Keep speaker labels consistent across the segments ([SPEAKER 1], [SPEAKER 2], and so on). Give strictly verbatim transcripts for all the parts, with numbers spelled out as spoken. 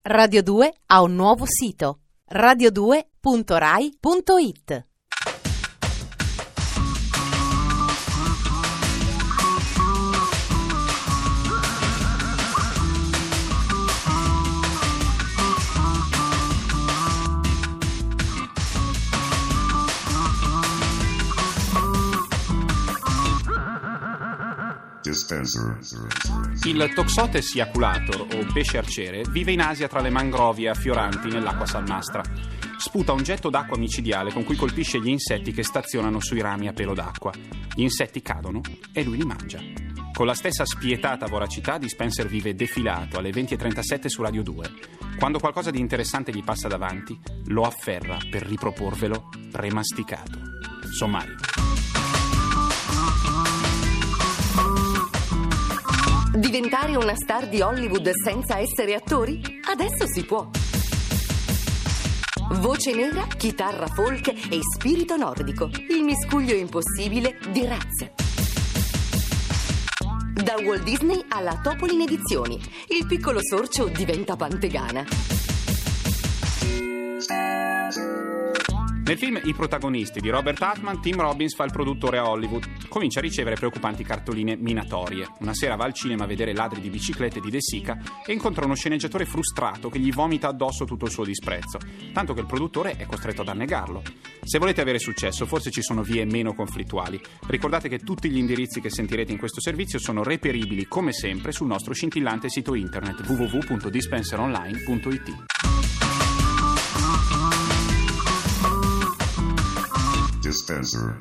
[SPEAKER 1] Radio due ha un nuovo sito: radio due punto rai punto it.
[SPEAKER 2] Il Toxotes iaculator, o pesce arciere, vive in Asia tra le mangrovie affioranti nell'acqua salmastra. Sputa un getto d'acqua micidiale con cui colpisce gli insetti che stazionano sui rami a pelo d'acqua. Gli insetti cadono e lui li mangia. Con la stessa spietata voracità, Dispenser vive defilato alle venti e trentasette su Radio due. Quando qualcosa di interessante gli passa davanti, lo afferra per riproporvelo premasticato. Sommario.
[SPEAKER 3] Diventare una star di Hollywood senza essere attori? Adesso si può. Voce nera, chitarra folk e spirito nordico. Il miscuglio impossibile di Raz. Da Walt Disney alla Topolin Edizioni, il piccolo sorcio diventa Pantegana.
[SPEAKER 2] Nel film I protagonisti di Robert Altman, Tim Robbins fa il produttore a Hollywood. Comincia a ricevere preoccupanti cartoline minatorie. Una sera va al cinema a vedere Ladri di biciclette di De Sica e incontra uno sceneggiatore frustrato che gli vomita addosso tutto il suo disprezzo, tanto che il produttore è costretto ad annegarlo. Se volete avere successo, forse ci sono vie meno conflittuali. Ricordate che tutti gli indirizzi che sentirete in questo servizio sono reperibili come sempre sul nostro scintillante sito internet w w w punto dispenser online punto it.
[SPEAKER 3] Dispenser.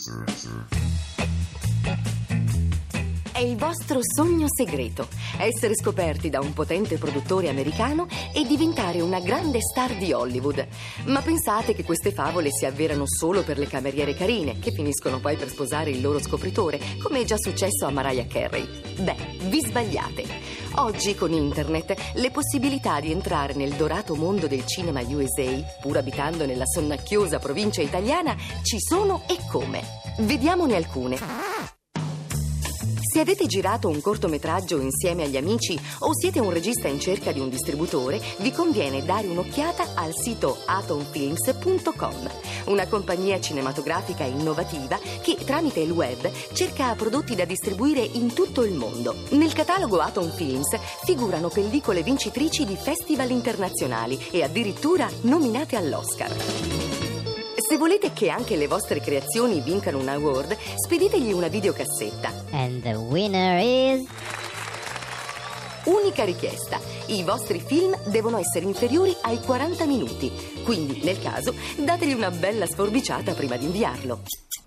[SPEAKER 3] È il vostro sogno segreto: essere scoperti da un potente produttore americano e diventare una grande star di Hollywood. Ma pensate che queste favole si avverano solo per le cameriere carine, che finiscono poi per sposare il loro scopritore, come è già successo a Mariah Carey? Beh, vi sbagliate. Oggi con internet le possibilità di entrare nel dorato mondo del cinema U S A, pur abitando nella sonnacchiosa provincia italiana, ci sono e come. Vediamone alcune. Se avete girato un cortometraggio insieme agli amici o siete un regista in cerca di un distributore, vi conviene dare un'occhiata al sito atom films punto com, una compagnia cinematografica innovativa che tramite il web cerca prodotti da distribuire in tutto il mondo. Nel catalogo Atom Films figurano pellicole vincitrici di festival internazionali e addirittura nominate all'Oscar. Se volete che anche le vostre creazioni vincano un award, speditegli una videocassetta.
[SPEAKER 4] And the winner is...
[SPEAKER 3] Unica richiesta: i vostri film devono essere inferiori ai quaranta minuti. Quindi, nel caso, dategli una bella sforbiciata prima di inviarlo.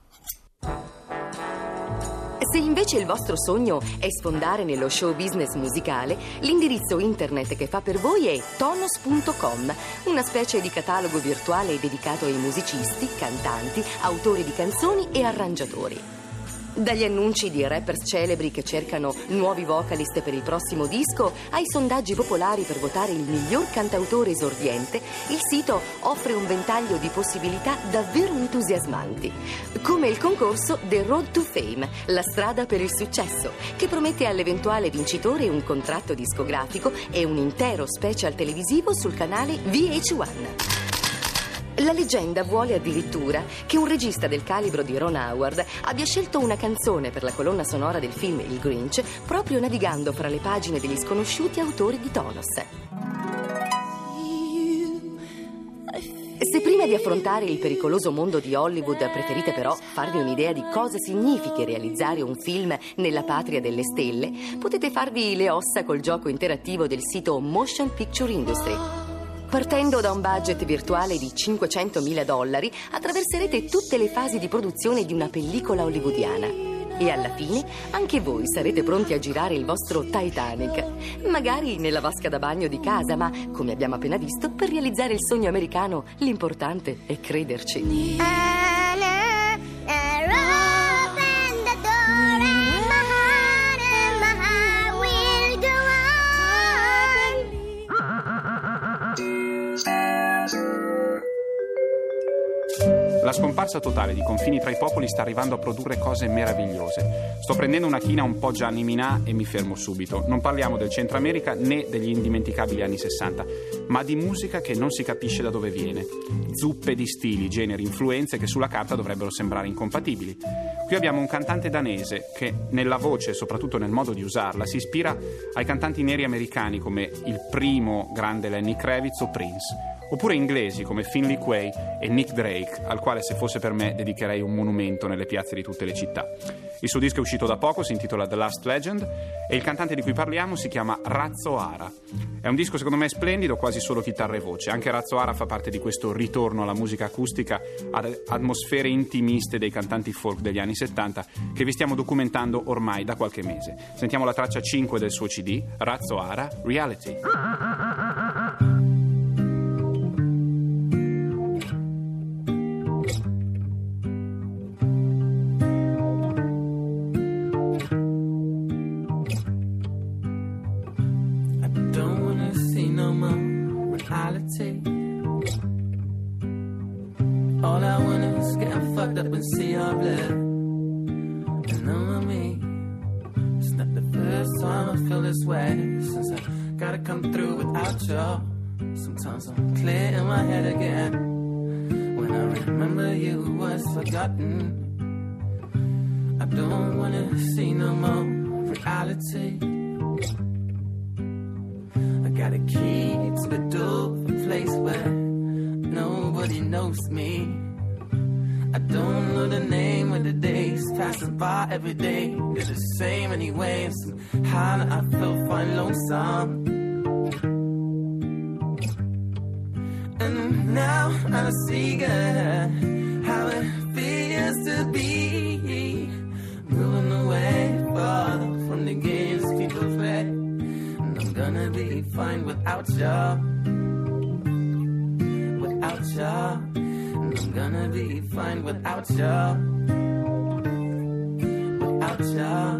[SPEAKER 3] Se invece il vostro sogno è sfondare nello show business musicale, l'indirizzo internet che fa per voi è tonos punto com, una specie di catalogo virtuale dedicato ai musicisti, cantanti, autori di canzoni e arrangiatori. Dagli annunci di rappers celebri che cercano nuovi vocalist per il prossimo disco, ai sondaggi popolari per votare il miglior cantautore esordiente, il sito offre un ventaglio di possibilità davvero entusiasmanti. Come il concorso The Road to Fame, la strada per il successo, che promette all'eventuale vincitore un contratto discografico e un intero special televisivo sul canale V H uno. La leggenda vuole addirittura che un regista del calibro di Ron Howard abbia scelto una canzone per la colonna sonora del film Il Grinch proprio navigando fra le pagine degli sconosciuti autori di Tonos. Se prima di affrontare il pericoloso mondo di Hollywood preferite però farvi un'idea di cosa significhi realizzare un film nella patria delle stelle, potete farvi le ossa col gioco interattivo del sito Motion Picture Industry. Partendo da un budget virtuale di cinquecentomila dollari, attraverserete tutte le fasi di produzione di una pellicola hollywoodiana. E alla fine anche voi sarete pronti a girare il vostro Titanic. Magari nella vasca da bagno di casa, ma, come abbiamo appena visto, per realizzare il sogno americano l'importante è crederci.
[SPEAKER 2] La scomparsa totale di confini tra i popoli sta arrivando a produrre cose meravigliose. Sto prendendo una china un po' Gianni Minà e mi fermo subito. Non parliamo del Centro America né degli indimenticabili anni sessanta, ma di musica che non si capisce da dove viene. Zuppe di stili, generi, influenze che sulla carta dovrebbero sembrare incompatibili. Qui abbiamo un cantante danese che nella voce e soprattutto nel modo di usarla si ispira ai cantanti neri americani come il primo grande Lenny Kravitz o Prince, oppure inglesi come Finley Quaye e Nick Drake, al quale se fosse per me dedicherei un monumento nelle piazze di tutte le città. Il suo disco è uscito da poco, si intitola The Last Legend e il cantante di cui parliamo si chiama Razzo Ara. È un disco secondo me splendido, quasi solo chitarra e voce. Anche Razzo Ara fa parte di questo ritorno alla musica acustica, ad atmosfere intimiste dei cantanti folk degli anni settanta che vi stiamo documentando ormai da qualche mese. Sentiamo la traccia cinque del suo C D, Razzo Ara, Reality.
[SPEAKER 5] All I want is getting fucked up and see your blood. And know me, it's not the first time I feel this way. Since I gotta come through without you. Sometimes I'm clear in my head again. When I remember you was forgotten. I don't wanna see no more reality. I got a key to the door, a place where nobody knows me. I don't know the name of the days passing by every day. They're the same anyway. Somehow I feel fine lonesome. And now I see good how it feels to be moving away far from the games people play. And I'm gonna be fine without you. Without ya, and I'm gonna be fine without ya. Without ya,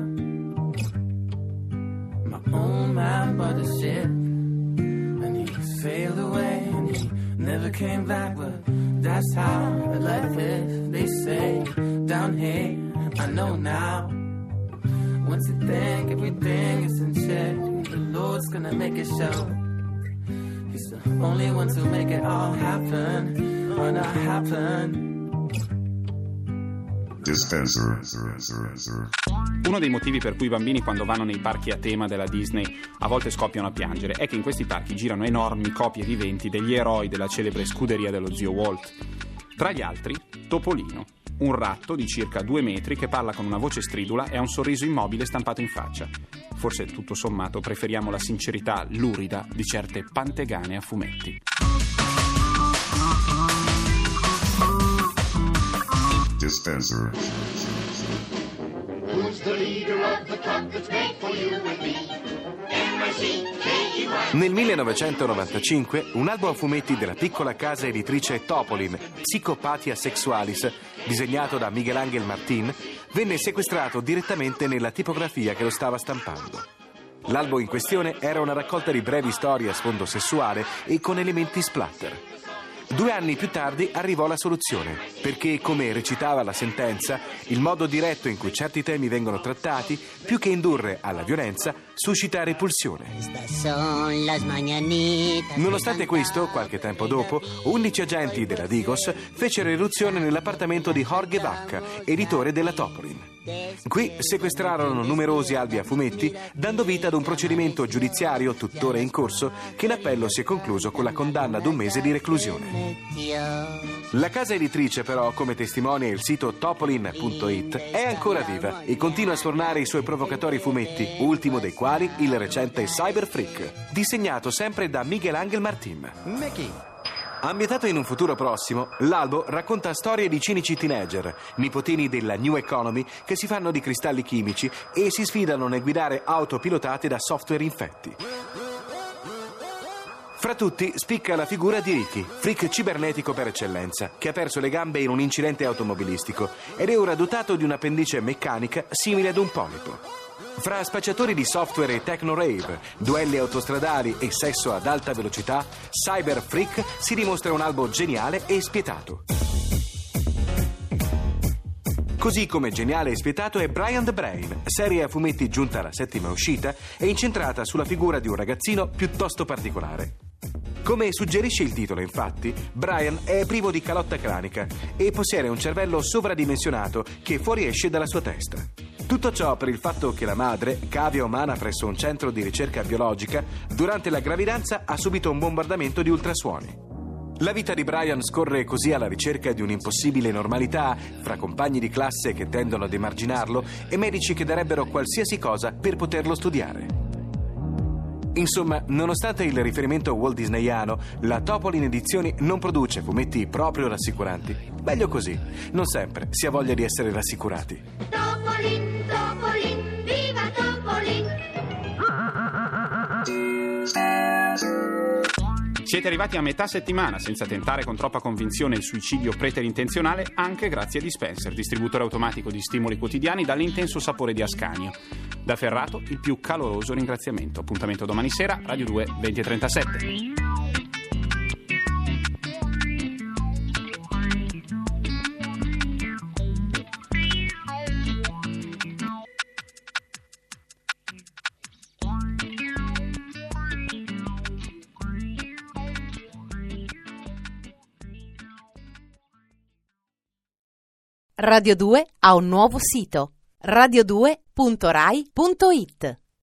[SPEAKER 5] my own man bought a ship, and he sailed away, and he never came back. But that's how life is. They say down here, I know now. Once you think everything is in check, the Lord's gonna make it show. He's the only one to make it all happen, or not happen.
[SPEAKER 6] Dispenser.
[SPEAKER 2] Uno dei motivi per cui i bambini quando vanno nei parchi a tema della Disney a volte scoppiano a piangere è che in questi parchi girano enormi copie viventi degli eroi della celebre scuderia dello zio Walt. Tra gli altri, Topolino, un ratto di circa due metri che parla con una voce stridula e ha un sorriso immobile stampato in faccia. Forse, tutto sommato, preferiamo la sincerità lurida di certe pantegane a fumetti.
[SPEAKER 6] Dispenser.
[SPEAKER 7] Who's the leader of the club that's made for you and me? M I C K E Y.
[SPEAKER 8] Nel millenovecentonovantacinque un albo a fumetti della piccola casa editrice Topolin, Psychopathia Sexualis, disegnato da Miguel Ángel Martín, venne sequestrato direttamente nella tipografia che lo stava stampando. L'albo in questione era una raccolta di brevi storie a sfondo sessuale e con elementi splatter. Due anni più tardi arrivò la soluzione, perché, come recitava la sentenza, il modo diretto in cui certi temi vengono trattati, più che indurre alla violenza, suscita repulsione. Nonostante questo, qualche tempo dopo, undici agenti della Digos fecero irruzione nell'appartamento di Jorge Vacca, editore della Topolin. Qui sequestrarono numerosi albi a fumetti, dando vita ad un procedimento giudiziario tuttora in corso che in appello si è concluso con la condanna ad un mese di reclusione. La casa editrice però, come testimonia il sito topolin punto it, è ancora viva e continua a sfornare i suoi provocatori fumetti, ultimo dei quali il recente Cyber Freak, disegnato sempre da Miguel Ángel Martín. Mickey. Ambientato in un futuro prossimo, l'albo racconta storie di cinici teenager, nipotini della New Economy, che si fanno di cristalli chimici e si sfidano nel guidare auto pilotate da software infetti. Fra tutti spicca la figura di Ricky, freak cibernetico per eccellenza, che ha perso le gambe in un incidente automobilistico ed è ora dotato di un'appendice meccanica simile ad un polipo. Fra spacciatori di software e techno-rave, duelli autostradali e sesso ad alta velocità, Cyber Freak si dimostra un albo geniale e spietato. Così come geniale e spietato è Brian the Brave, serie a fumetti giunta alla settima uscita e incentrata sulla figura di un ragazzino piuttosto particolare. Come suggerisce il titolo, infatti, Brian è privo di calotta cranica e possiede un cervello sovradimensionato che fuoriesce dalla sua testa. Tutto ciò per il fatto che la madre, cavia umana presso un centro di ricerca biologica, durante la gravidanza ha subito un bombardamento di ultrasuoni. La vita di Brian scorre così alla ricerca di un'impossibile normalità, fra compagni di classe che tendono ad emarginarlo e medici che darebbero qualsiasi cosa per poterlo studiare. Insomma, nonostante il riferimento walt disneyano, la Topolin Edizioni non produce fumetti proprio rassicuranti. Meglio così, non sempre si ha voglia di essere rassicurati.
[SPEAKER 7] Topolin, Topolin, viva Topolin!
[SPEAKER 2] Siete arrivati a metà settimana senza tentare con troppa convinzione il suicidio preterintenzionale, anche grazie a Dispenser, distributore automatico di stimoli quotidiani dall'intenso sapore di Ascanio. Da Ferrato il più caloroso ringraziamento. Appuntamento domani sera, Radio due, venti e trentasette.
[SPEAKER 1] Radio due ha un nuovo sito: radio due punto rai punto it.